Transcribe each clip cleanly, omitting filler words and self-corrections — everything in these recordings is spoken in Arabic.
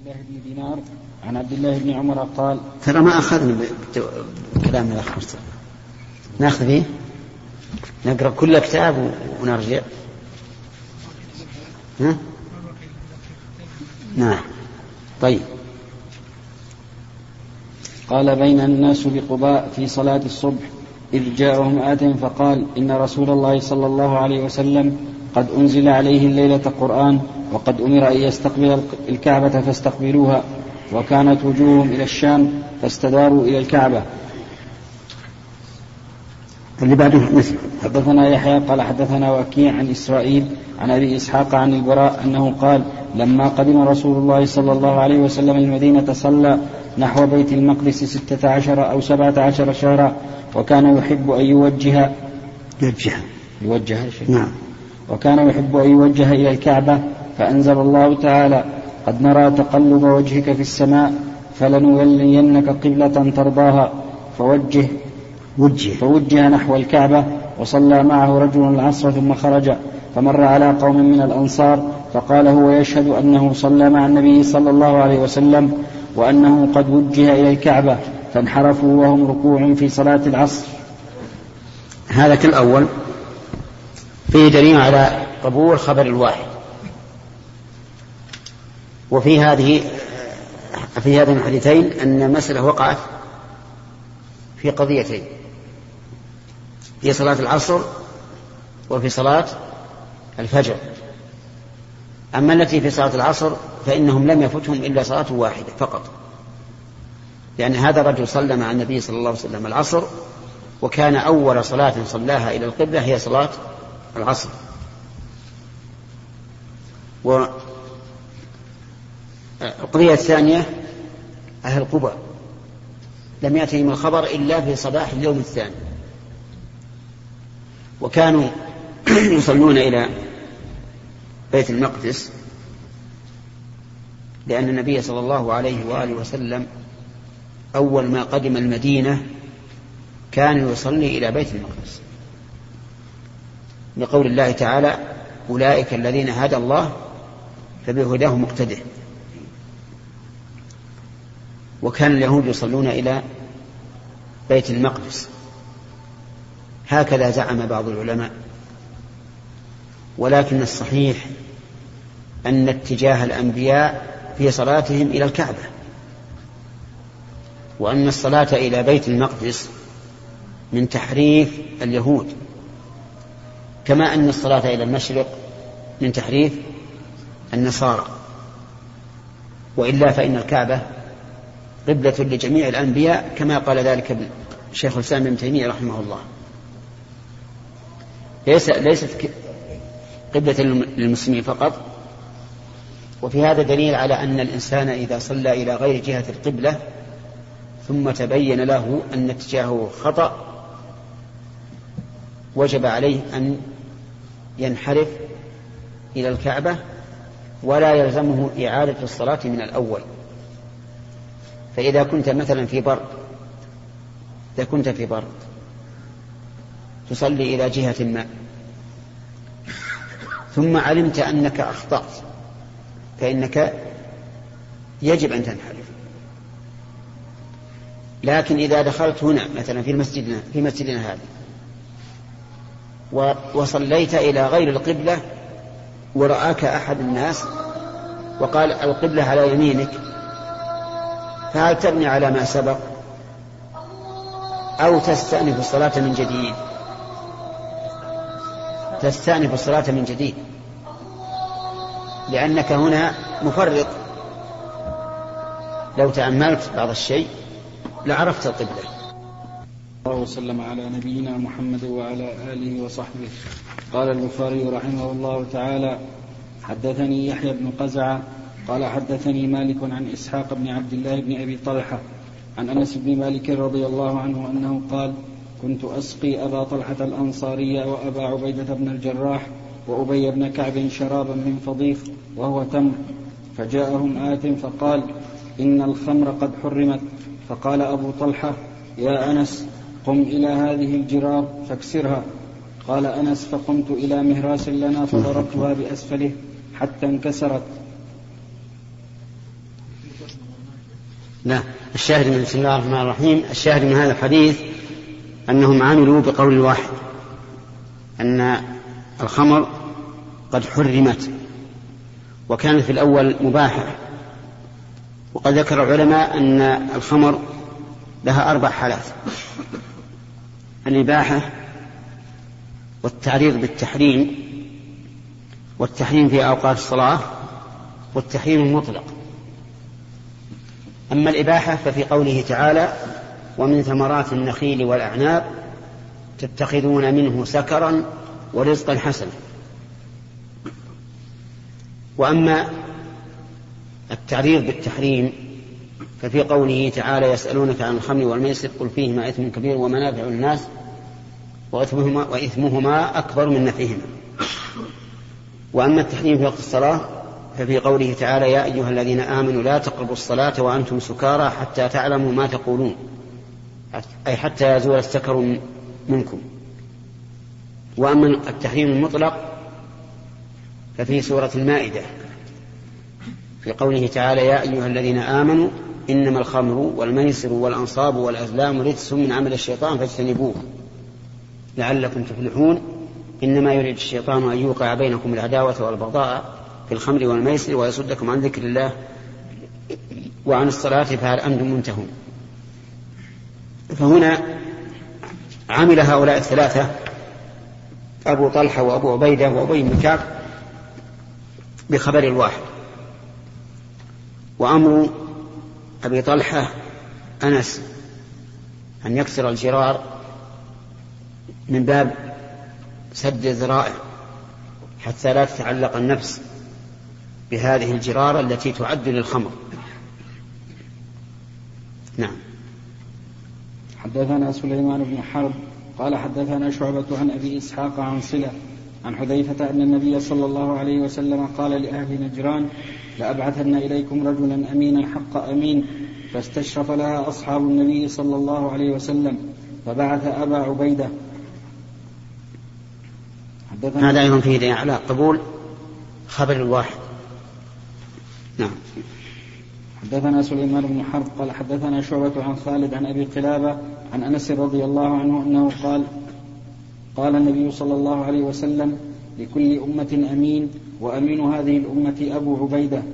الله بن دينار عن عبد الله بن عمر قال: ترى ما أخذنا كلام الأخ مرسل، نأخذ فيه نقرأ كل كتاب ونرجع. ها؟ نعم. طيب. قال: بين الناس بقباء في صلاة الصبح إذ جاءهم آت فقال: إن رسول الله صلى الله عليه وسلم قد أنزل عليه الليلة قرآن وقد أمر أن يستقبل الكعبة فاستقبلوها، وكانت وجوههم إلى الشام فاستداروا إلى الكعبة. اللي بعده مثل. حدثنا يحيى قال: حدثنا وكيع عن إسرائيل عن أبي إسحاق عن البراء أنه قال: لما قدم رسول الله صلى الله عليه وسلم المدينة صلى نحو بيت المقدس 16 أو 17 شهرا، وكان يحب أن يوجه إلى الكعبة، فأنزل الله تعالى: قد نرى تقلب وجهك في السماء فلنولينك قبلة ترضاها، فوجه نحو الكعبة، وصلى معه رجل العصر ثم خرج فمر على قوم من الأنصار فقال هو يشهد أنه صلى مع النبي صلى الله عليه وسلم وأنه قد وجه إلى الكعبة، فانحرفوا وهم ركوع في صلاة العصر. هذا كالأول فيه دليل على قبول خبر الواحد. وفي هذين الحديثين أن المسألة وقعت في قضيتين: في صلاة العصر وفي صلاة الفجر. أما التي في صلاة العصر فإنهم لم يفتهم إلا صلاة واحدة فقط، لأن هذا الرجل صلى مع النبي صلى الله عليه وسلم العصر، وكان أول صلاة صلاها إلى القبلة هي صلاة العصر. والقضية الثانية أهل قباء لم يأتهم الخبر إلا في صباح اليوم الثاني، وكانوا يصلون إلى بيت المقدس لأن النبي صلى الله عليه وآله وسلم أول ما قدم المدينة كان يصلي إلى بيت المقدس، لقول الله تعالى: أولئك الذين هدى الله فبهداه مقتده. وكان اليهود يصلون إلى بيت المقدس، هكذا زعم بعض العلماء، ولكن الصحيح أن اتجاه الأنبياء في صلاتهم إلى الكعبة، وأن الصلاة إلى بيت المقدس من تحريف اليهود، كما أن الصلاة إلى المشرق من تحريف النصارى. وإلا فإن الكعبة قبلة لجميع الأنبياء، كما قال ذلك شيخ الإسلام ابن تيمية رحمه الله. ليست قبلة للمسلمين فقط. وفي هذا دليل على أن الإنسان إذا صلى إلى غير جهة القبلة ثم تبين له أن اتجاهه خطأ، وجب عليه أن ينحرف إلى الكعبة، ولا يلزمه إعادة الصلاة من الأول. فإذا كنت مثلا في برد تصلي إلى جهة ما، ثم علمت أنك أخطأت، فإنك يجب أن تنحرف. لكن إذا دخلت هنا مثلا في مسجدنا هذا وصليت إلى غير القبلة، ورآك أحد الناس وقال القبلة على يمينك، فهل تبني على ما سبق أو تستأنف الصلاة من جديد؟ تستأنف الصلاة من جديد، لأنك هنا مفرط. لو تأملت بعض الشيء لعرفت القبلة. الله وسلم على نبينا محمد وعلى آله وصحبه. قال البخاري رحمه الله تعالى: حدثني يحيى بن قزعة قال حدثني مالك عن إسحاق بن عبد الله بن أبي طلحة عن أنس بن مالك رضي الله عنه أنه قال: كنت أسقي أبا طلحة الأنصاري وأبا عبيدة بن الجراح وأبي بن كعب شرابا من فضيخ وهو تمر، فجاءهم آت فقال: إن الخمر قد حرمت. فقال أبو طلحة: يا أنس قم إلى هذه الجرار فاكسرها. قال أنس: فقمت إلى مهراس لنا فضربتها بأسفله حتى انكسرت. لا، الشاهد من بسم الله الرحمن الرحيم، الشاهد من هذا الحديث أنهم عملوا بقول واحد أن الخمر قد حرمت، وكانت في الأول مباحة. وقد ذكر العلماء أن الخمر لها 4 حالات: الإباحة، والتعريض بالتحريم، والتحريم في أوقات الصلاة، والتحريم المطلق. أما الإباحة ففي قوله تعالى: ومن ثمرات النخيل والأعناب تتخذون منه سكرا ورزقا حسنا. وأما التعريض بالتحريم ففي قوله تعالى: يسألونك عن الخمر والميسر قل فيهما إثم كبير ومنافع للناس وإثمهما أكبر من نفعهما. وأما التحريم في وقت الصلاة ففي قوله تعالى: يا أيها الذين آمنوا لا تقربوا الصلاة وأنتم سكارى حتى تعلموا ما تقولون، أي حتى يزول السكر منكم. وأما التحريم المطلق ففي سورة المائدة في قوله تعالى: يا أيها الذين آمنوا إنما الخمر والميسر والأنصاب والأزلام رجس من عمل الشيطان فاجتنبوه لعلكم تفلحون إنما يريد الشيطان أن يوقع بينكم العداوة والبغضاء في الخمر والميسر ويصدكم عن ذكر الله وعن الصلاة فهل أنتم منتهون. فهنا عمل هؤلاء الثلاثة أبو طلحة وأبو عبيدة وأبي بن كعب بخبر الواحد. وأمر أبي طلحة أنس أن يكسر الجرار من باب سد الذرائع حتى لا تتعلق النفس بهذه الجرار التي تعد للخمر. نعم. حدثنا سليمان بن حرب قال حدثنا شعبة عن أبي إسحاق عن صلة عن حذيفة أن النبي صلى الله عليه وسلم قال لأهل نجران: لأبعثن إليكم رجلا أمينا حق أمين، فاستشرف لها أصحاب النبي صلى الله عليه وسلم فبعث أبا عبيدة. هذا أيضا فيه دليل على قبول خبر الواحد. نعم. حدثنا سليمان بن حرب قال حدثنا شعبة عن خالد عن أبي قلابة عن أنس رضي الله عنه أنه قال النبي صلى الله عليه وسلم: لكل أمة أمين، وأمين هذه الأمة أبو عبيدة.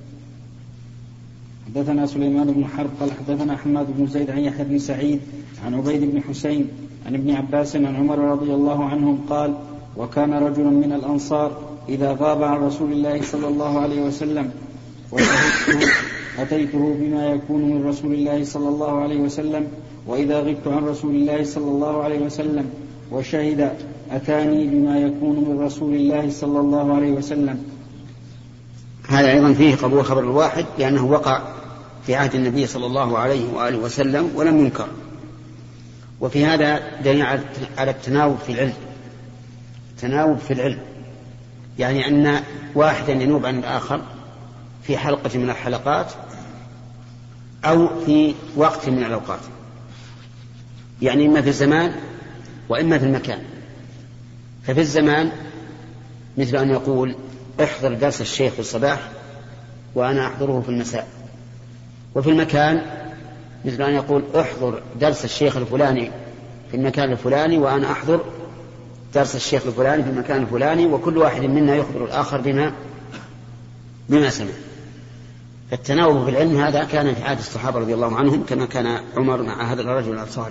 حدثنا سليمان بن حرب قال حدثنا حماد بن زيد عن يحيى بن سعيد عن عبيد بن حسين عن ابن عباس عن عمر رضي الله عنهم قال: وكان رجل من الأنصار إذا غاب عن رسول الله صلى الله عليه وسلم وشهدته أتيته بما يكون من رسول الله صلى الله عليه وسلم، وإذا غبت عن رسول الله صلى الله عليه وسلم وشهد أتاني بما يكون من رسول الله صلى الله عليه وسلم. هذا أيضا فيه قبول خبر الواحد لأنه وقع في عهد النبي صلى الله عليه وآله وسلم ولم ينكر. وفي هذا دليل على التناوب في العلم، تناوب في العلم، يعني أن واحدا ينوب عن الآخر في حلقة من الحلقات أو في وقت من الأوقات، يعني إما في الزمان وإما في المكان. ففي الزمان مثل أن يقول: احضر درس الشيخ في الصباح وأنا أحضره في المساء. وفي المكان مثل أن يقول: احضر درس الشيخ الفلاني في المكان الفلاني وأنا أحضر درس الشيخ الفلاني في المكان الفلاني، وكل واحد منا يخبر الآخر بما سمع. فالتناوب في العلم هذا كان في عهد الصحابة رضي الله عنهم، كما كان عمر مع هذا الرجل الأنصاري.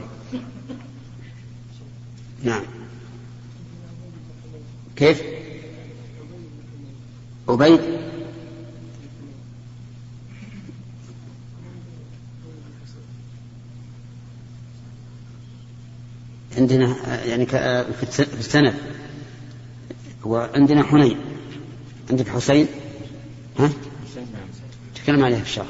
نعم. كيف؟ عبيد عندنا يعني في السنة، وعندنا حنين. عندك حسين؟ ها؟ تكلم عليه في الشرح.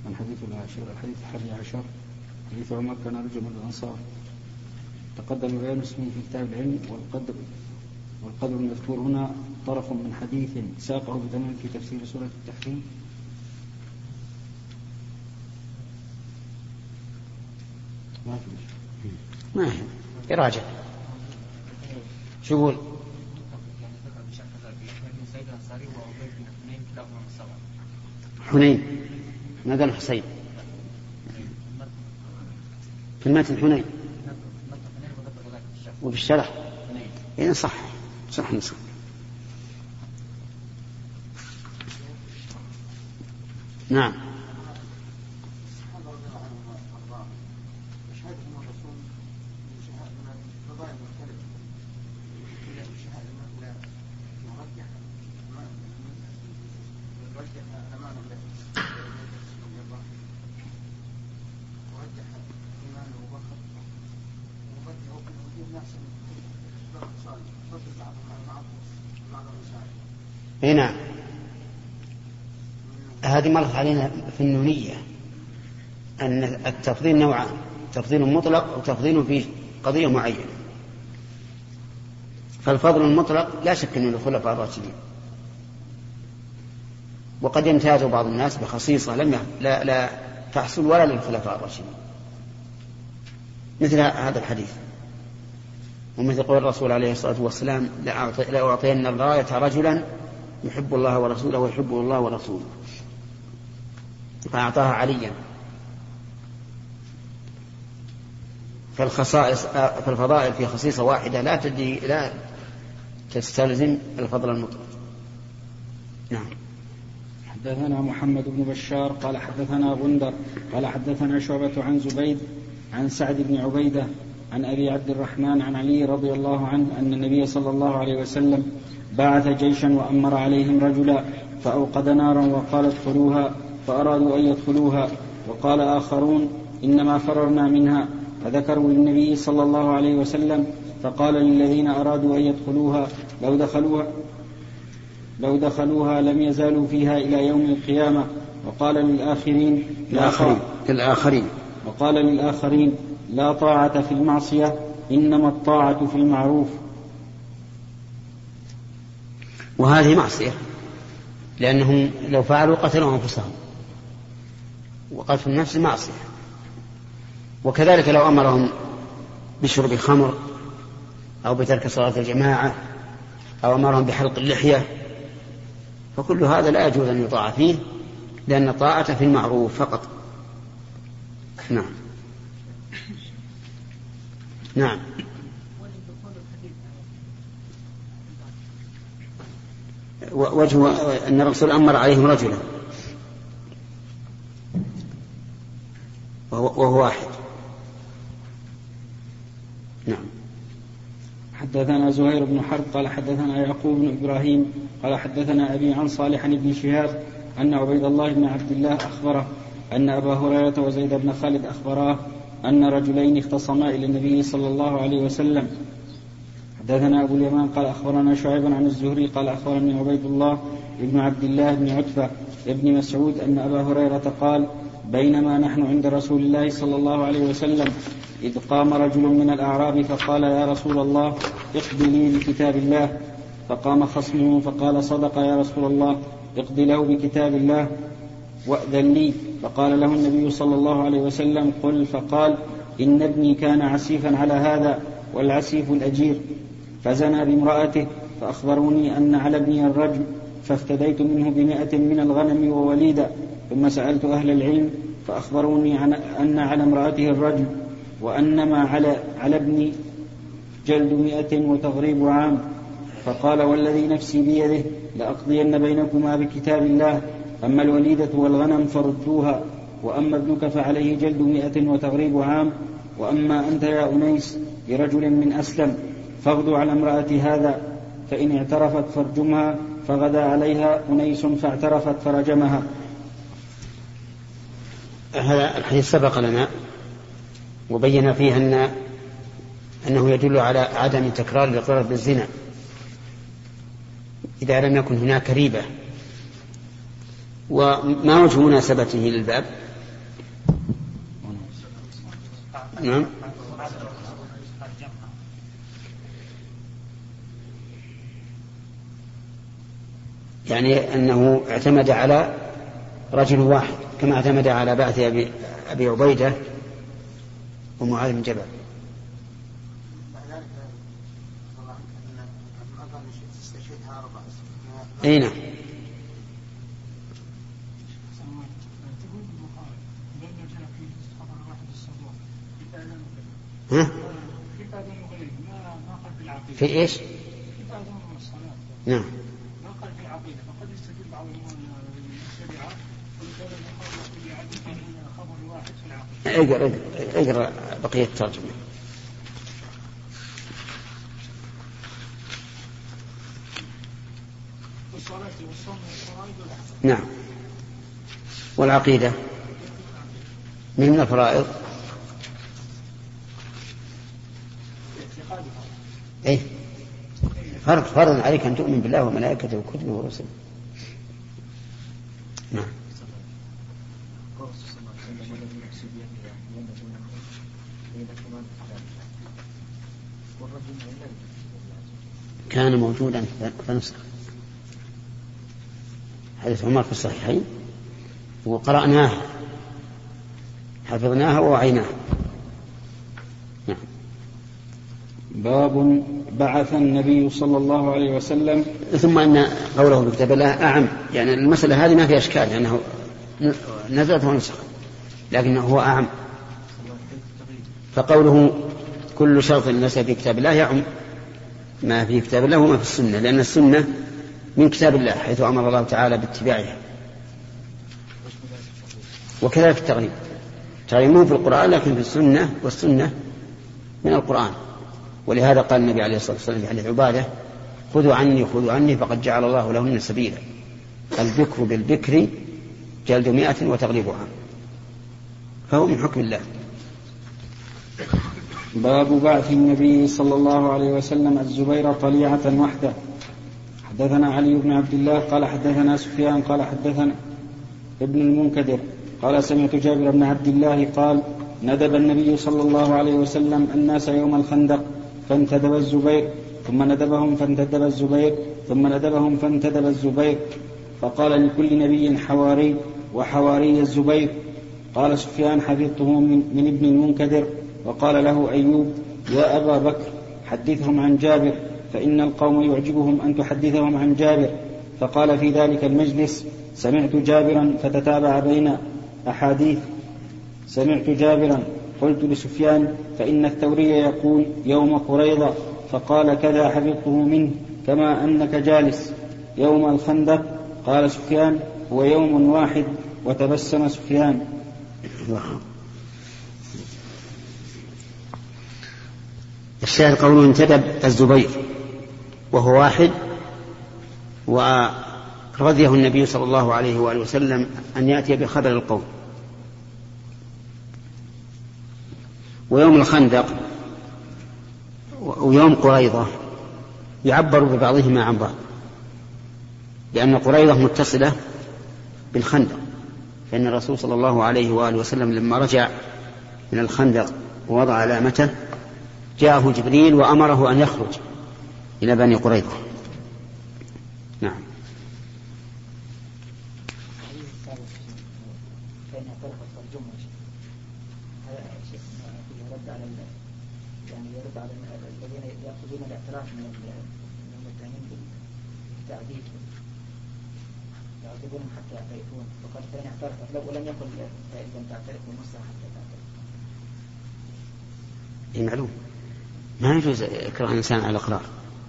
الحديث 11 حديث عمر كان رجل من الأنصار تقدم بيان اسمه في كتاب العلم، والقدر المذكور هنا طرف من حديث ساقه بتمام في تفسير سورة التحريم. ما هي يراجع شو يقول؟ حنين ما قال حسين في المتن حنين وفي الشرح إذن صح نصح. نعم. هنا هذه مرت علينا في النونية أن التفضيل نوعان، تفضيل مطلق وتفضيل في قضية معينة. فالفضل المطلق لا شك أنه الخلفاء الراشدين، وقد يمتاز بعض الناس بخصيصة لا تحصل ولا للخلفاء الراشدين، مثل هذا الحديث ومثل قول الرسول عليه الصلاة والسلام لأعطين الراية رجلا يحب الله ورسوله ويحبه الله ورسوله، فأعطاها عليا. فالفضائل في خصيصة واحدة لا تستلزم الفضل المطلق. نعم. حدثنا محمد بن بشار قال حدثنا غندر قال حدثنا شعبة عن زبيد عن سعد بن عبيدة عن أبي عبد الرحمن عن علي رضي الله عنه أن النبي صلى الله عليه وسلم بعث جيشا وأمر عليهم رجلا فأوقد نارا وقال ادخلوها، فأرادوا أن يدخلوها، وقال آخرون إنما فررنا منها، فذكروا للنبي صلى الله عليه وسلم، فقال للذين أرادوا أن يدخلوها لو دخلوها لم يزالوا فيها إلى يوم القيامة. وقال للآخرين لا طاعة في المعصية إنما الطاعة في المعروف. وهذه معصية، لأنهم لو فعلوا قتلوا أنفسهم، وقتل النفس معصية. وكذلك لو أمرهم بشرب خمر أو بترك صلاة الجماعة أو أمرهم بحلق اللحية، فكل هذا لا يجوز أن يطاع فيه، لأن الطاعة في المعروف فقط. نعم. وجه أن الرسول أمر عليهم رجلا وهو واحد. نعم. حدثنا زهير بن حرب قال حدثنا يعقوب بن إبراهيم قال حدثنا أبي عن صالح بن شهاب أن عبيد الله بن عبد الله أخبره أن أبا هريرة وزيد بن خالد أخبراه أن رجلين اختصما إلى النبي صلى الله عليه وسلم. حدثنا أبو اليمان قال أخبرنا شعيب عن الزهري قال أخبرني عبيد الله بن عبد الله بن عتبة ابن مسعود أن أبا هريرة قال بينما نحن عند رسول الله صلى الله عليه وسلم إذ قام رجل من الأعراب فقال يا رسول الله اقض لي بكتاب الله. فقام خصمه فقال صدق يا رسول الله اقض له بكتاب الله وأذن لي. فقال له النبي صلى الله عليه وسلم قل. فقال إن ابني كان عسيفا على هذا والعسيف الأجير، فزنى بامرأته، فأخبروني أن على ابني الرجم، فافتديت منه ب100 من الغنم ووليدا. ثم سألت أهل العلم فأخبروني أن على امرأته الرجم، وأنما على ابني جلد 100 وتغريب عام. فقال والذي نفسي بيده لأقضين بينكما بكتاب الله، أما الوليدة والغنم فردوها، وأما ابنك فعليه جلد 100 وتغريب عام، وأما أنت يا أنيس برجل من أسلم فاغدو على امرأة هذا، فإن اعترفت فارجمها. فغدا عليها أنيس فاعترفت فرجمها. هذا الحديث سبق لنا وبين فيه أنه يدل على عدم تكرار الإقرار بالزنا إذا لم يكن هناك ريبة. وما وجه مناسبته للباب؟ نعم. يعني أنه اعتمد على رجل واحد كما اعتمد على بعث أبي عبيدة ومعاذ بن جبل. أي نعم. ها؟ في إيش؟ نعم. اقرأ بقية الترجمة. نعم. والعقيدة من الفرائض. ايه فرض عليك ان تؤمن بالله وملائكته وكتبه ورسله. نعم. كان موجودا فنسخ. حديث عمر في الصحيحين وقرأناها حفظناها ووعيناها. نعم. باب بعث النبي صلى الله عليه وسلم. ثم أن قوله بكتاب الله أعم، يعني المسألة هذه ما فيها إشكال لأنه نزلت ونسخ، لكنه هو أعم. فقوله كل شرط ليس في كتاب الله يعم ما في كتاب الله وما في السنة، لأن السنة من كتاب الله حيث أمر الله تعالى باتباعها. وكذلك التغريب مو في القرآن لكن في السنة، والسنة من القرآن. ولهذا قال النبي عليه الصلاة والسلام في حديث عبادة خذوا عني فقد جعل الله لهن سبيلا، البكر بالبكر جلد 100 وتغريب عام، فهو من حكم الله. باب بعث النبي صلى الله عليه وسلم الزبير طليعة وحده. حدثنا علي بن عبد الله قال حدثنا سفيان قال حدثنا ابن المنكدر قال سمعت جابر بن عبد الله قال ندب النبي صلى الله عليه وسلم الناس يوم الخندق فانتدب الزبير ثم ندبهم فانتدب الزبير ثم ندبهم فانتدب الزبير، فقال لكل نبي حواري وحواري الزبير. قال سفيان حفظته من ابن المنكدر. وقال له أيوب يا أبا بكر حدثهم عن جابر فإن القوم يعجبهم أن تحدثهم عن جابر. فقال في ذلك المجلس سمعت جابرا فتتابع بين أحاديث. سمعت جابرا قلت لسفيان فإن الثوري يقول يوم قريضة، فقال كذا حفظته منه كما أنك جالس. يوم الخندق قال سفيان هو يوم واحد. وتبسم سفيان. الشاهد قوله انتدب الزبير وهو واحد، ورضيه النبي صلى الله عليه وآله وسلم أن يأتي بخبر القوم. ويوم الخندق ويوم قريضة يعبر ببعضهما عن بعض، لأن قريضة متصلة بالخندق، فإن الرسول صلى الله عليه وآله وسلم لما رجع من الخندق ووضع علامته جاءه جبريل وأمره أن يخرج إلى بني قريظة. نعم. يرد على الذين يأخذون الاعتراف من المتهمين بالتعذيب يعذبونهم حتى يعترفون، فقد فإن اعترفت لو ولم يقل إذا تعترف بالمصلحة حتى تعترف. معلوم ما يجوز إكراه الإنسان على الإقرار،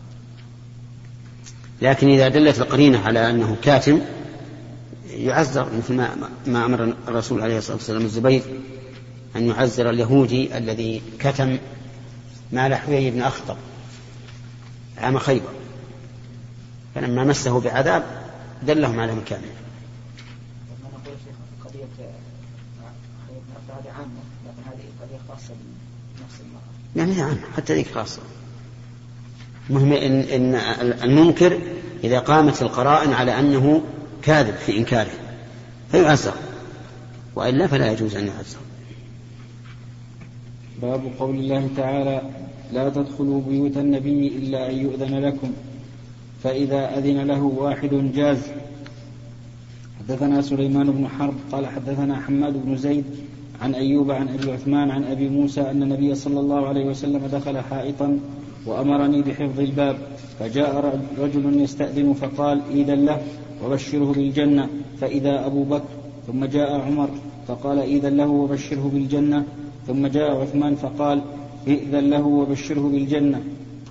لكن إذا دلت القرينة على أنه كاتم يعذر، مثل ما أمر الرسول عليه الصلاة والسلام الزبير أن يعذر اليهودي الذي كتم مال حويي بن أخطب عام خيبر، فلما مسه بعذاب دلهم على مكانه. وما نقول شيخ قضية حويي بن أخطب هذه عامة، لكن هذه قضية خاصة بنفس المرأة. يعني عامة حتى ذيك خاصة. المهم إن المنكر إذا قامت القرائن على أنه كاذب في إنكاره فيعذر، وإلا فلا يجوز أن يعذر. باب قول الله تعالى لا تدخلوا بيوت النبي إلا أن يؤذن لكم فإذا أذن له واحد جاز. حدثنا سليمان بن حرب قال حدثنا حماد بن زيد عن أيوب عن أبي عثمان عن أبي موسى أن النبي صلى الله عليه وسلم دخل حائطا وأمرني بحفظ الباب، فجاء رجل يستأذن فقال إذن له وبشره بالجنة، فإذا أبو بكر، ثم جاء عمر فقال إذن له وبشره بالجنة، ثم جاء عثمان فقال إذن له وبشره بالجنة.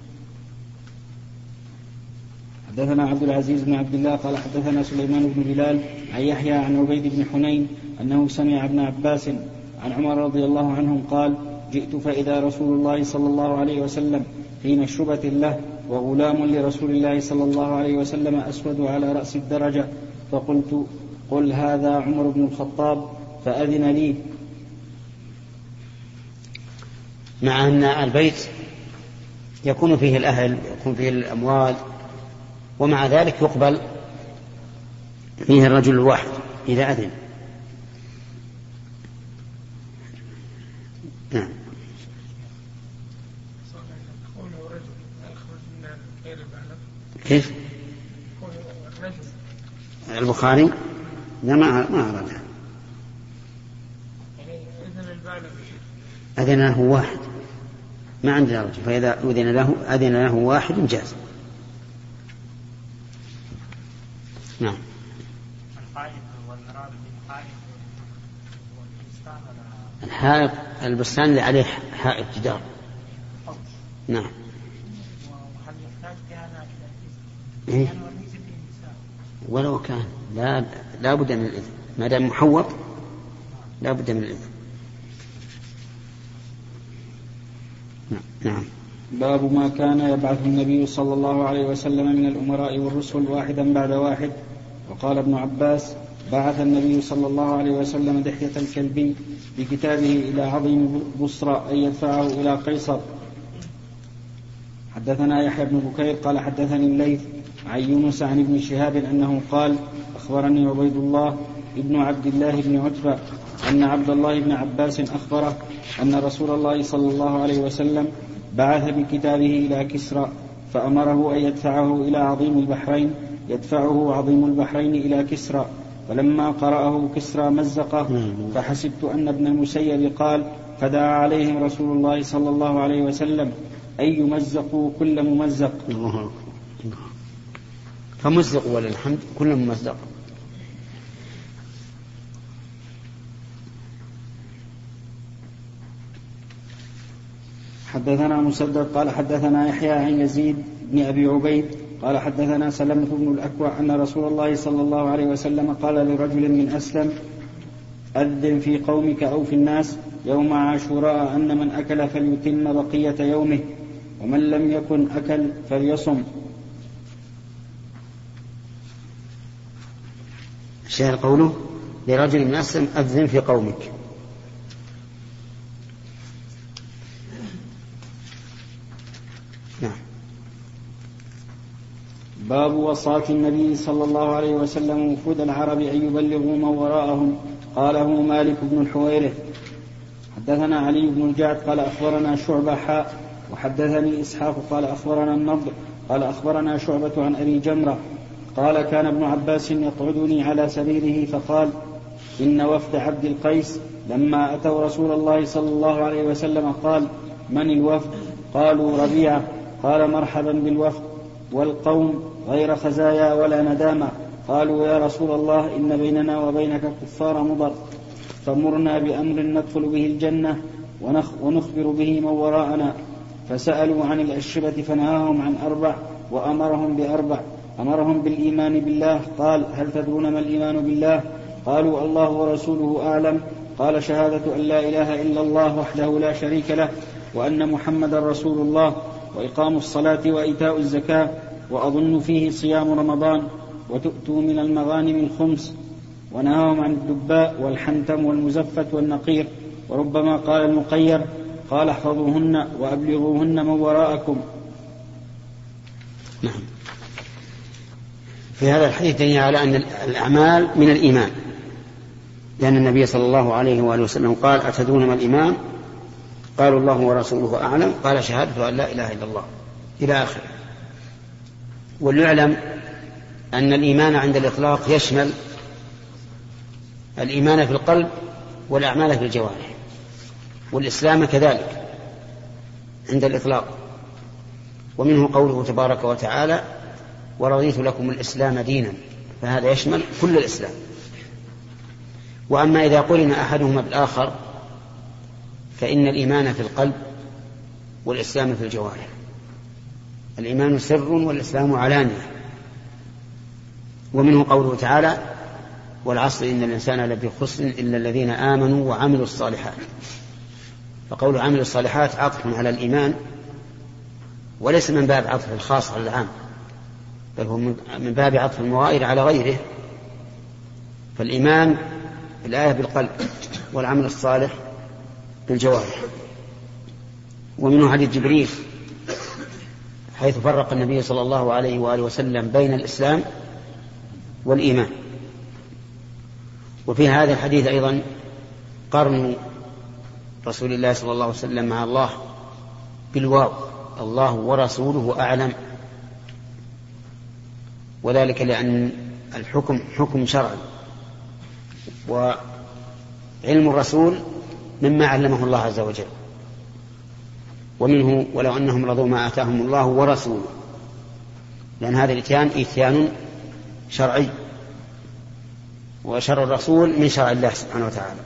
حدثنا عبد العزيز بن عبد الله قال حدثنا سليمان بن بلال عن يحيى عن عبيد بن حنين أنه سمع ابن عباس عن عمر رضي الله عنهم قال جئت فإذا رسول الله صلى الله عليه وسلم في مشربة له وغلام لرسول الله صلى الله عليه وسلم أسود على رأس الدرجة، فقلت قل هذا عمر بن الخطاب، فأذن لي. مع أن البيت يكون فيه الأهل يكون فيه الأموال، ومع ذلك يقبل فيه الرجل الواحد إذا أذن. نعم. كيف؟ البخاري ما أرى. أذن له واحد، ما عندنا رجل، فإذا أذن له واحد جاز. نعم. الحائط البستان اللي عليه حائط جدار. نعم. إيه؟ ولو كان لا بد من الإذن، ما دام محوط لا بد من الإذن. نعم. باب ما كان يبعث النبي صلى الله عليه وسلم من الأمراء والرسل واحدا بعد واحد. وقال ابن عباس بعث النبي صلى الله عليه وسلم دحية الكلبي بكتابه إلى عظيم بصرى أن يدفعه إلى قيصر. حدثنا يحيى بن بكير قال حدثني الليث عن يونس عن ابن شهاب أنه قال أخبرني عبيد الله ابن عبد الله بن عتبة أن عبد الله بن عباس أخبره أن رسول الله صلى الله عليه وسلم بعث بكتابه إلى كسرى فأمره أن يدفعه إلى عظيم البحرين، يدفعه عظيم البحرين إلى كسرى، فلما قرأه كسرى مزقه، فحسبت أن ابن المسيب قال فدعا عليهم رسول الله صلى الله عليه وسلم أن يمزقوا كل ممزق. فمزقوا وللحمد كل ممزق. حدثنا مسدد قال حدثنا يحيى عن يزيد بن أبي عبيد قال حدثنا سلمة بن الأكوع أن رسول الله صلى الله عليه وسلم قال لرجل من أسلم أذن في قومك أو في الناس يوم عاشوراء أن من أكل فليتم بقية يومه ومن لم يكن أكل فليصم. الشاهد قوله لرجل من أسلم أذن في قومك. باب وصاة النبي صلى الله عليه وسلم وفود العرب أن يبلغوا من وراءهم. قاله مالك بن الحويرث. حدثنا علي بن الجعد قال أخبرنا شعبة حاء وحدثني إسحاق قال أخبرنا النضر قال أخبرنا شعبة عن أبي جمرة قال كان ابن عباس يقعدني على سريره فقال إن وفد عبد القيس لما أتوا رسول الله صلى الله عليه وسلم قال من الوفد؟ قالوا ربيعة. قال مرحبا بالوفد والقوم غير خزايا ولا ندامة. قالوا يا رسول الله إن بيننا وبينك كفار مضر، فمرنا بأمر ندخل به الجنة ونخبر به من وراءنا. فسألوا عن الأشربة فنهاهم عن 4 وأمرهم ب4. أمرهم بالإيمان بالله. قال هل تدرون ما الإيمان بالله؟ قالوا الله ورسوله أعلم. قال شهادة أن لا إله إلا الله وحده لا شريك له وأن محمد رسول الله وإقام الصلاة وإيتاء الزكاة وأظن فيه صيام رمضان وتؤتوا من المغانم 5. ونهاهم عن الدباء والحنتم والمزفة والنقير. وربما قال المقير قال احفظوهن وأبلغوهن من وراءكم. نعم. في هذا الحديث دليل على أن الأعمال من الإيمان، لأن النبي صلى الله عليه وآله وسلم قال أتدرون ما الإيمان؟ قالوا الله ورسوله أعلم، قال شهادة أن لا إله إلا الله إلى آخره. وليعلم أن الإيمان عند الإطلاق يشمل الإيمان في القلب والأعمال في الجوارح، والإسلام كذلك عند الإطلاق. ومنه قوله تبارك وتعالى ورضيت لكم الإسلام دينا، فهذا يشمل كل الإسلام. وأما إذا قرن أحدهما بالآخر فإن الإيمان في القلب والإسلام في الجوارح. الإيمان سر والإسلام علانية. ومنه قوله تعالى والعصر إن الإنسان لفي خسر إلا الذين آمنوا وعملوا الصالحات. فقول عملوا الصالحات عطف على الإيمان، وليس من باب عطف الخاص على العام، بل هو من باب عطف المغاير على غيره. فالإيمان الآية بالقلب والعمل الصالح بالجوارح. ومنه حديث جبريل حيث فرق النبي صلى الله عليه وآله وسلم بين الإسلام والإيمان. وفي هذا الحديث أيضا قرن رسول الله صلى الله عليه وسلم مع الله بالواو، الله ورسوله أعلم، وذلك لأن الحكم حكم شرعي، وعلم الرسول مما علمه الله عز وجل. ومنه ولو أنهم رضوا ما آتاهم الله ورسوله، لأن هذا الإتيان إتيان شرعي، وشرع الرسول من شرع الله سبحانه وتعالى.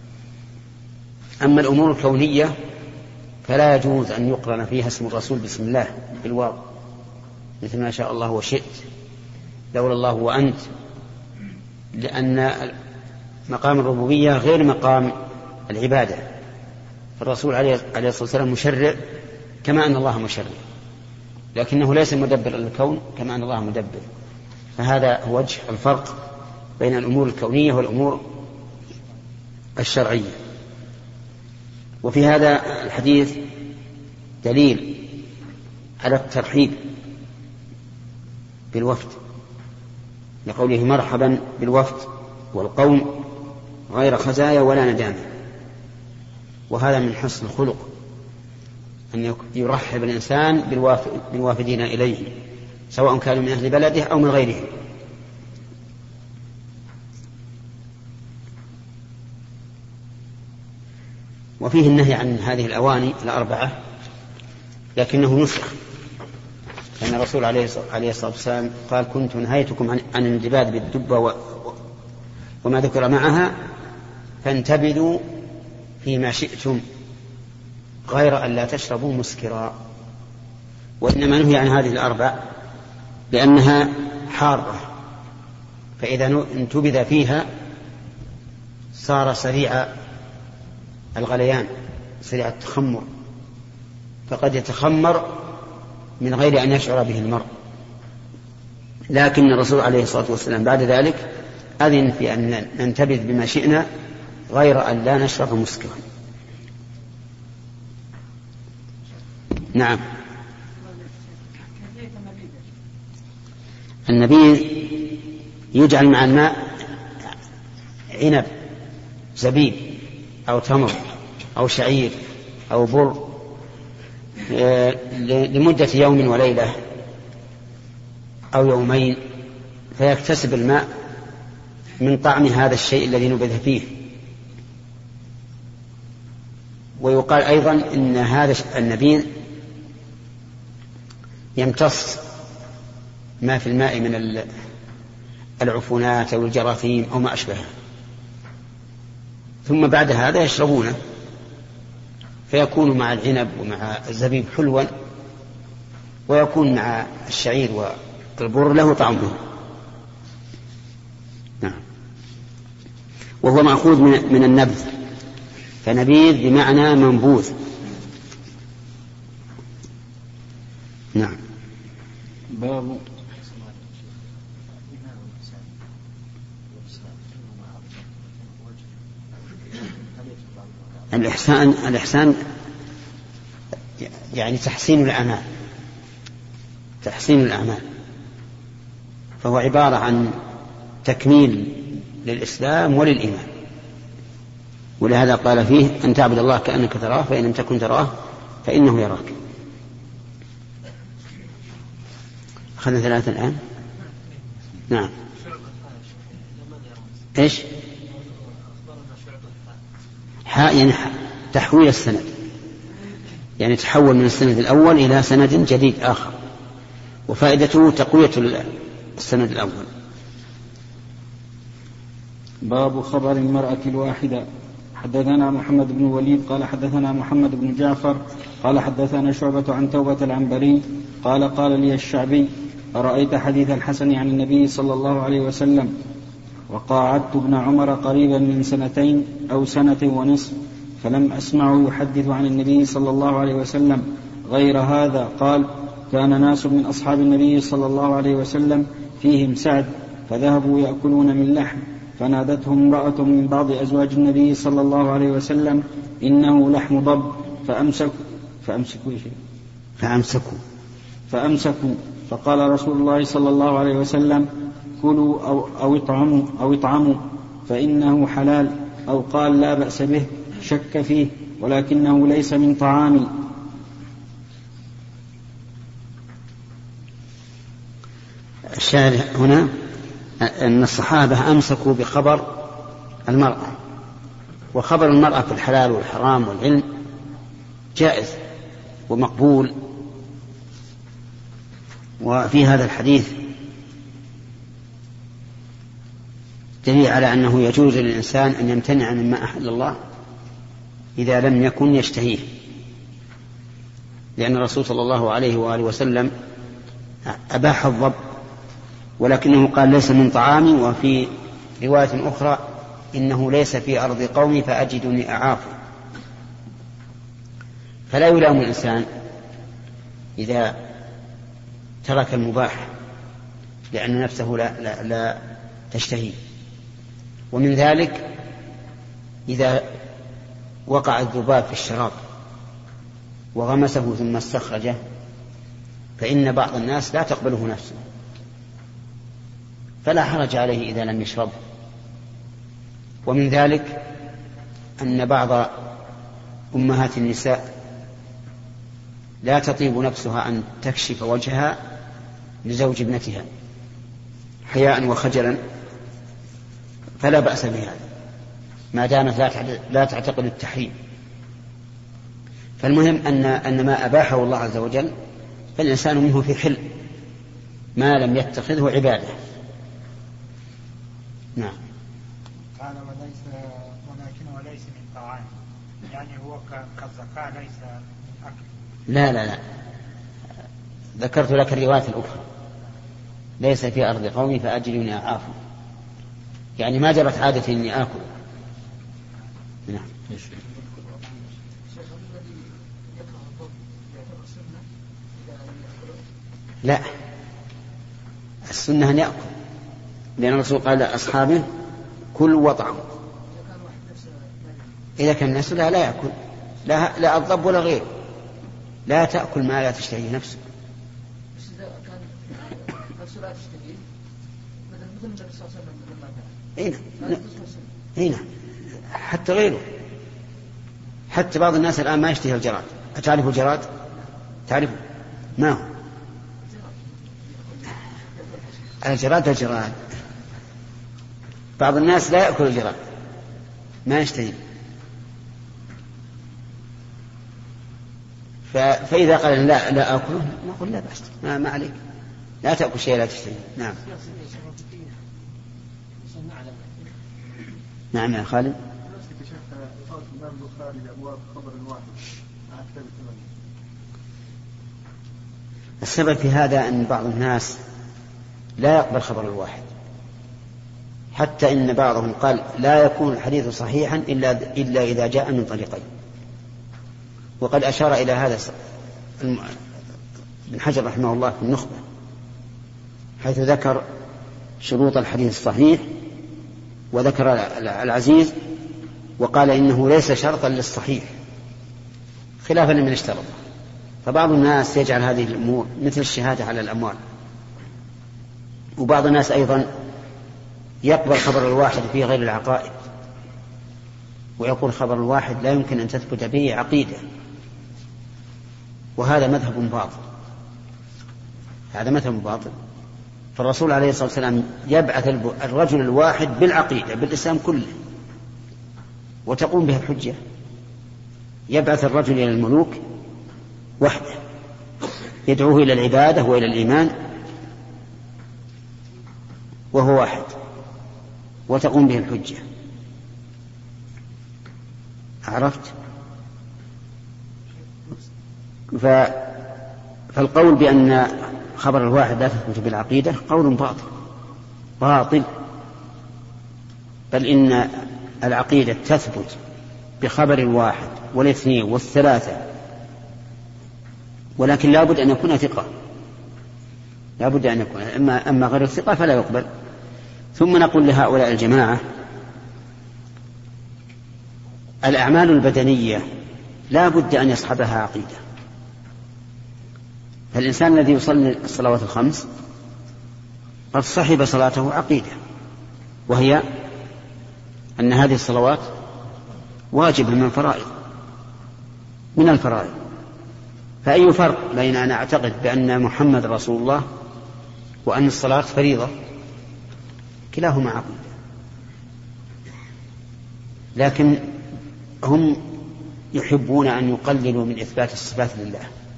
أما الأمور الكونية فلا يجوز أن يقرن فيها اسم الرسول بسم الله بالواو، مثل ما شاء الله وشئت، لولا الله وأنت، لأن مقام الربوبية غير مقام العبادة. فالرسول عليه الصلاة والسلام مشرع كما أن الله مشرع، لكنه ليس مدبر للكون كما أن الله مدبر. فهذا هو وجه الفرق بين الأمور الكونية والأمور الشرعية. وفي هذا الحديث دليل على الترحيب بالوفد، لقوله مرحبا بالوفد والقوم غير خزايا ولا ندامة. وهذا من حسن الخلق أن يرحب الإنسان بالوافدين إليه، سواء كانوا من أهل بلده أو من غيره. وفيه النهي عن هذه الأواني الأربعة، لكنه نسخ، لأن الرسول عليه الصلاة والسلام قال كنت نهيتكم عن الانجباد بالدبة وما ذكر معها، فانتبذوا فيما شئتم غير أن لا تشربوا مسكرا. وإنما نهي عن هذه الأربع لأنها حارة، فإذا انتبذ فيها صار سريع الغليان، سريع التخمر، فقد يتخمر من غير أن يشعر به المرء. لكن الرسول عليه الصلاة والسلام بعد ذلك أذن في أن ننتبذ بما شئنا غير أن لا نشرب مسكرا. نعم. النبيذ يجعل مع الماء عنب، زبيب أو تمر أو شعير أو بر لمدة يوم وليلة أو يومين، فيكتسب الماء من طعم هذا الشيء الذي نبذ فيه. ويقال أيضا إن هذا النبيذ يمتص ما في الماء من العفونات أو الجراثيم أو ما أشبهه، ثم بعد هذا يشربونه، فيكون مع العنب ومع الزبيب حلوا، ويكون مع الشعير والبر له طعمه. نعم. وهو مأخوذ من النبذ، فنبيذ بمعنى منبوذ. نعم. باب الإحسان يعني تحسين الأعمال، فهو عبارة عن تكميل للإسلام وللإيمان. ولهذا قال فيه أن تعبد الله كأنك تراه فإن لم تكن تراه فإنه يراك. أخذنا 3 الآن. نعم. إيش؟ يعني تحويل السند، يعني تحول من السند الأول إلى سند جديد آخر، وفائدته تقوية السند الأول. باب خبر المرأة الواحدة. حدثنا محمد بن وليد قال حدثنا محمد بن جعفر قال حدثنا شعبة عن توبة العنبري قال قال لي الشعبي: أرأيت حديث الحسن عن النبي صلى الله عليه وسلم وقاعدت ابن عمر قريبا من 2 أو 1 ونصف فلم أسمعه يحدث عن النبي صلى الله عليه وسلم غير هذا. قال: كان ناس من أصحاب النبي صلى الله عليه وسلم فيهم سعد فذهبوا يأكلون من لحم فنادتهم امرأة من بعض أزواج النبي صلى الله عليه وسلم: إنه لحم ضب. فأمسكوا فقال رسول الله صلى الله عليه وسلم: كلوا أو اطعموا فإنه حلال، أو قال: لا بأس به، شك فيه ولكنه ليس من طعامي. الشاهد هنا أن الصحابة أمسكوا بخبر المرأة، وخبر المرأة في الحلال والحرام والعلم جائز ومقبول. وفي هذا الحديث دليل على أنه يجوز للإنسان أن يمتنع مما أحل الله إذا لم يكن يشتهيه، لأن الرسول صلى الله عليه وآله وسلم أباح الضب ولكنه قال: ليس من طعامي. وفي رواية أخرى: إنه ليس في أرض قومي فأجدني أعاف. فلا يلام الإنسان إذا ترك المباح لأن نفسه لا تشتهي. ومن ذلك إذا وقع الذباب في الشراب وغمسه ثم استخرجه فإن بعض الناس لا تقبله نفسه، فلا حرج عليه إذا لم يشربه. ومن ذلك أن بعض أمهات النساء لا تطيب نفسها أن تكشف وجهها لزوج ابنتها حياء وخجلا، فلا بأس بهذا ما دامت لا تعتقد التحريم. فالمهم أن ما أباحه الله عز وجل فالإنسان منه في حل ما لم يتخذه عبادة. نعم. قال ولكنه ليس من طعام، يعني هو كالزكاة ليس من أكل. لا ذكرت لك الرواية الأخرى: ليس في أرض قومي فأجدني أعاف، يعني ما جرت عادتي إني آكل. نعم. لا، السنة أن يأكل، لأن الرسول قال لأصحابه: كلوا واطعموا. إذا كان الناس لا يأكل، لا الضب ولا غيره، لا تأكل ما لا تشتهيه نفسك. بس إذا كان نفسه لا تشتهيه مثل النبي صلى الله عليه وسلم هنا حتى غيره، حتى بعض الناس الآن ما يشتهي الجراد. أتعرف الجراد؟ تعرفه؟ ما هو الجراد. بعض الناس لا يأكل الجراد، ما يشتهي. فإذا قال لا أكله نقول لا بأس، ما عليك، لا تأكل شيء لا تشتهي. نعم. نعم يا خالد. السبب في هذا أن بعض الناس لا يقبل خبر الواحد، حتى إن بعضهم قال: لا يكون الحديث صحيحا إلا إذا جاء من طريقين. وقد أشار إلى هذا ابن حجر رحمه الله في النخبة، حيث ذكر شروط الحديث الصحيح وذكر العزيز، وقال إنه ليس شرطا للصحيح خلافا لمن اشترط. فبعض الناس يجعل هذه الأمور مثل الشهادة على الأموال، وبعض الناس أيضا يقبل خبر الواحد في غير العقائد، ويقول خبر الواحد لا يمكن أن تثبت به عقيدة، وهذا مذهب باطل، هذا مذهب باطل. فالرسول عليه الصلاة والسلام يبعث الرجل الواحد بالعقيدة بالإسلام كله وتقوم به الحجة، يبعث الرجل إلى الملوك وحده يدعوه إلى العبادة وإلى الإيمان وهو واحد وتقوم به الحجة. عرفت؟ فالقول بأن خبر الواحد لا تثبت بالعقيدة قول باطل، بل إن العقيدة تثبت بخبر الواحد والاثنين والثلاثة، ولكن لا بد أن يكون ثقة، لا بد أن يكون، أما غير الثقة فلا يقبل. ثم نقول لهؤلاء الجماعة الأعمال البدنية لا بد أن يصحبها عقيدة. فالإنسان الذي يصلي الصلوات الخمس قد صحب صلاته عقيدة، وهي أن هذه الصلوات واجبة من الفرائض. فأي فرق بين أن أعتقد بأن محمد رسول الله وأن الصلاة فريضة؟ كلاهما عقيدة. لكن هم يحبون أن يقللوا من إثبات الصفات لله،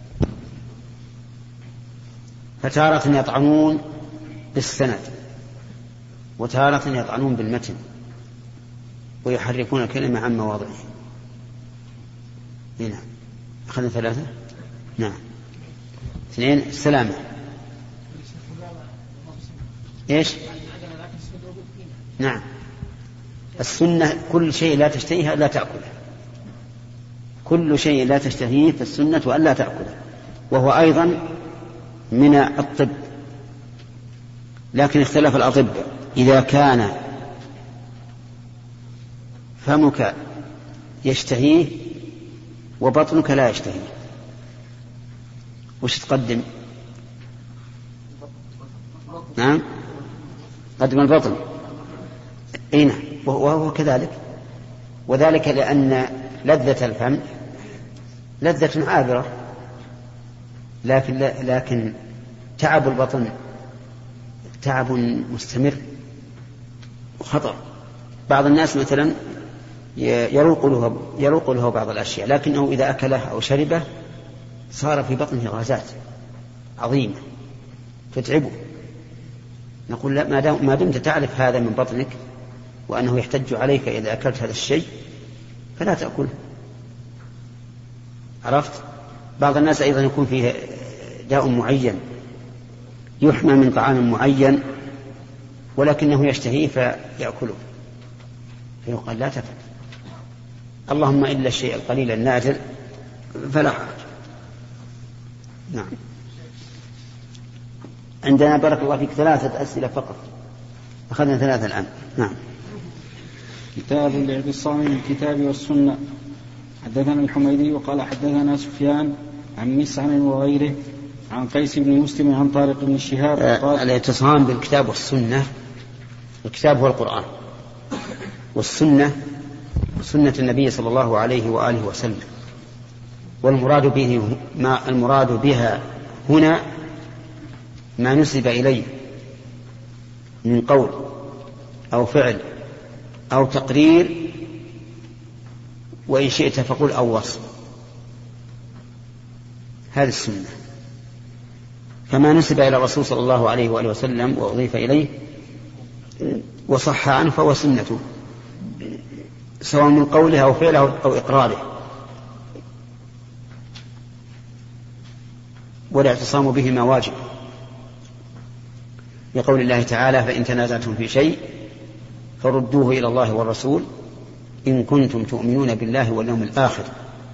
فتارة يطعنون بالسند وتارة يطعنون بالمتن ويحرفون الكلمة عن مواضعه. هنا أخذنا 3. نعم 2 السلامة. إيش؟ نعم السنة كل شيء لا تشتهيه لا تأكله، كل شيء لا تشتهيه في السنة وأن لا تأكله، وهو أيضا من الطب. لكن اختلف الأطباء، إذا كان فمك يشتهيه وبطنك لا يشتهيه وش تقدم؟ نعم قدم البطن. أين وهو كذلك، وذلك لأن لذة الفم لذة عابرة، لكن تعب البطن تعب مستمر وخطر. بعض الناس مثلا يروق له بعض الأشياء، لكنه إذا أكله أو شربه صار في بطنه غازات عظيمة تتعبه. نقول لا، ما دمت تعرف هذا من بطنك وأنه يحتج عليك إذا أكلت هذا الشيء فلا تأكله. عرفت؟ بعض الناس أيضا يكون فيه داء معين يحمى من طعام معين ولكنه يشتهيه فيأكله، فيقال لا تفعل، اللهم إلا الشيء القليل النادر فلا حرج. نعم عندنا بارك الله فيك 3 أسئلة فقط، أخذنا 3 الآن. نعم. كتاب الاعتصام بالكتاب والسنة. حدثنا الحميدي وقال حدثنا سفيان عن مسعر وغيره عن قيس بن مسلم عن طارق بن الشهاب قال الاعتصام بالكتاب والسنة، الكتاب هو القرآن، والسنة سنة النبي صلى الله عليه وآله وسلم، والمراد بها هنا ما نسب إليه من قول أو فعل أو تقرير، وإن شئت فقل أو وصف، هذه السنة. فما نسب إلى الرسول صلى الله عليه وآله وسلم وأضيف إليه وصح عنه فهو سنته، سواء من قوله أو فعله أو إقراره. والاعتصام بهما واجب، لقول الله تعالى فإن تنازعتم في شيء فردوه إلى الله والرسول إن كنتم تؤمنون بالله واليوم الآخر.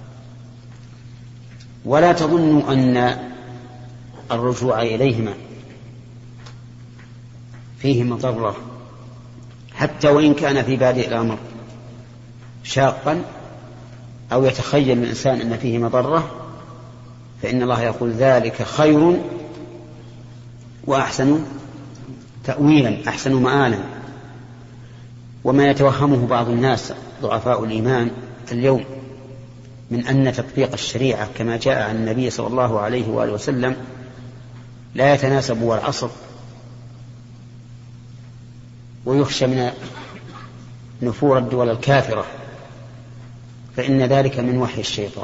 ولا تظنوا أن الرجوع إليهما فيه مضرة، حتى وإن كان في بادئ الأمر شاقا أو يتخيل الإنسان أن فيه مضرة، فإن الله يقول ذلك خير وأحسن تأويلا، أحسن مآلا. وما يتوهمه بعض الناس ضعفاء الإيمان اليوم من أن تطبيق الشريعة كما جاء عن النبي صلى الله عليه وآله وسلم لا يتناسب والعصر، ويخشى من نفور الدول الكافرة، فإن ذلك من وحي الشيطان.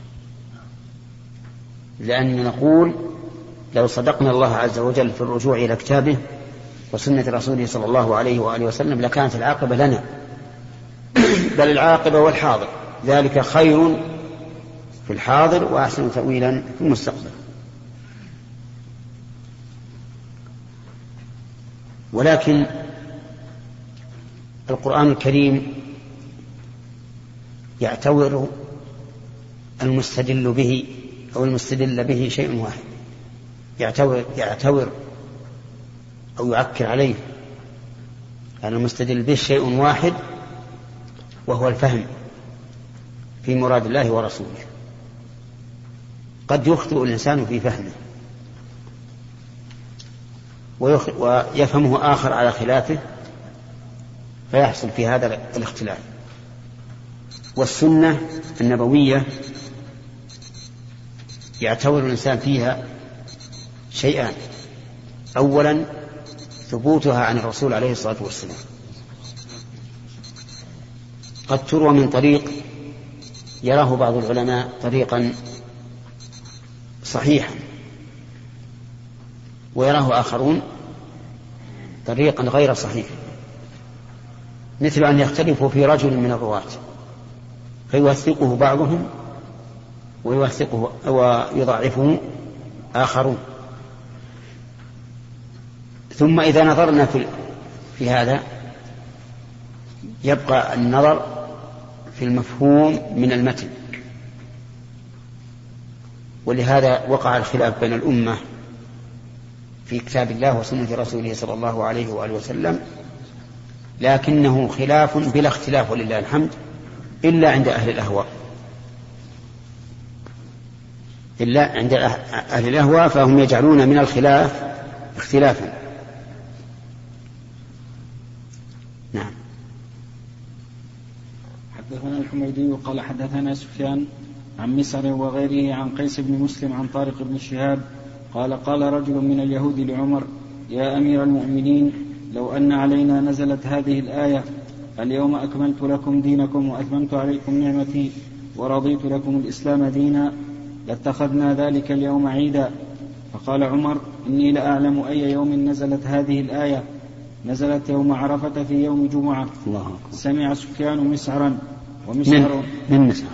لأن نقول لو صدقنا الله عز وجل في الرجوع إلى كتابه وسنة رسوله صلى الله عليه وآله وسلم لكانت العاقبة لنا، بل العاقبة والحاضر، ذلك خير في الحاضر وأحسن تأويلا في المستقبل. ولكن القرآن الكريم يعتبر المستدل به أو المستدل به شيء واحد، يعتبر أو يعكر عليه أن المستدل به شيء واحد، وهو الفهم في مراد الله ورسوله. قد يخطئ الإنسان في فهمه ويفهمه آخر على خلافه، فيحصل في هذا الاختلاف. والسنة النبوية يعتبر الإنسان فيها شيئان: أولا ثبوتها عن الرسول عليه الصلاة والسلام، قد تروى من طريق يراه بعض العلماء طريقا صحيحا، ويراه آخرون طريقا غير صحيح، مثل أن يختلفوا في رجل من الرواة فيوثقه بعضهم ويوثقه ويضعفه آخرون. ثم إذا نظرنا في هذا يبقى النظر في المفهوم من المتن، ولهذا وقع الخلاف بين الأمة في كتاب الله وسنة رسوله صلى الله عليه وآله وسلم، لكنه خلاف بلا اختلاف ولله الحمد، إلا عند أهل الأهواء. إلا عند أهل الأهواء فهم يجعلون من الخلاف اختلافا. نعم. حدثنا الحميدي قال حدثنا سفيان عن مسعر وغيره عن قيس بن مسلم عن طارق بن شهاب قال قال رجل من اليهود لعمر: يا أمير المؤمنين، لو أن علينا نزلت هذه الآية: اليوم أكملت لكم دينكم وأتممت عليكم نعمتي ورضيت لكم الإسلام دينا، لاتخذنا ذلك اليوم عيدا. فقال عمر: إني لأعلم أي يوم نزلت هذه الآية. نزلت يوم عرفة في يوم جمعة. سمع سفيان مسعرا ومسعر من مسعر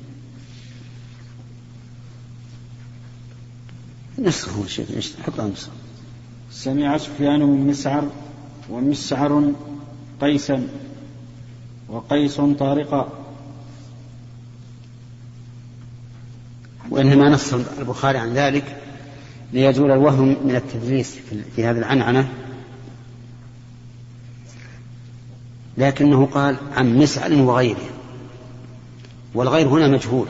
نسخه شيء حطها نسخه. سمع سفيان من مسعر ومسعر قيسا وقيس طارقا. وإنما نص البخاري عن ذلك ليزول الوهم من التدليس في هذه العنعنة، لكنه قال عن مسعر وغيره، والغير هنا مجهول.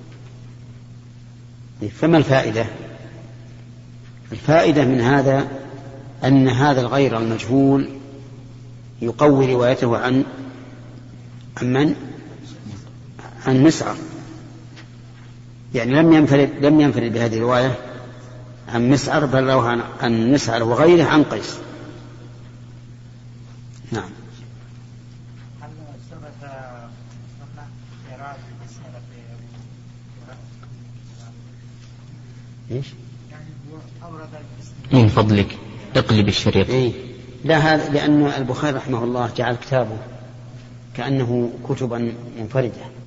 فما الفائدة؟ الفائدة من هذا أن هذا الغير المجهول يقوي روايته عن من؟ عن مسعر، يعني لم ينفرد بهذه الرواية عن مسعر، بل روى عن مسعر وغيره عن قيس. نعم. هل ثبت إعراب البسملة ايش؟ يعني أورد البسملة من فضلك اقلب الشريط. إيه؟ لا، هذا لأن البخاري رحمه الله جعل كتابه كأنه كتبا منفردة،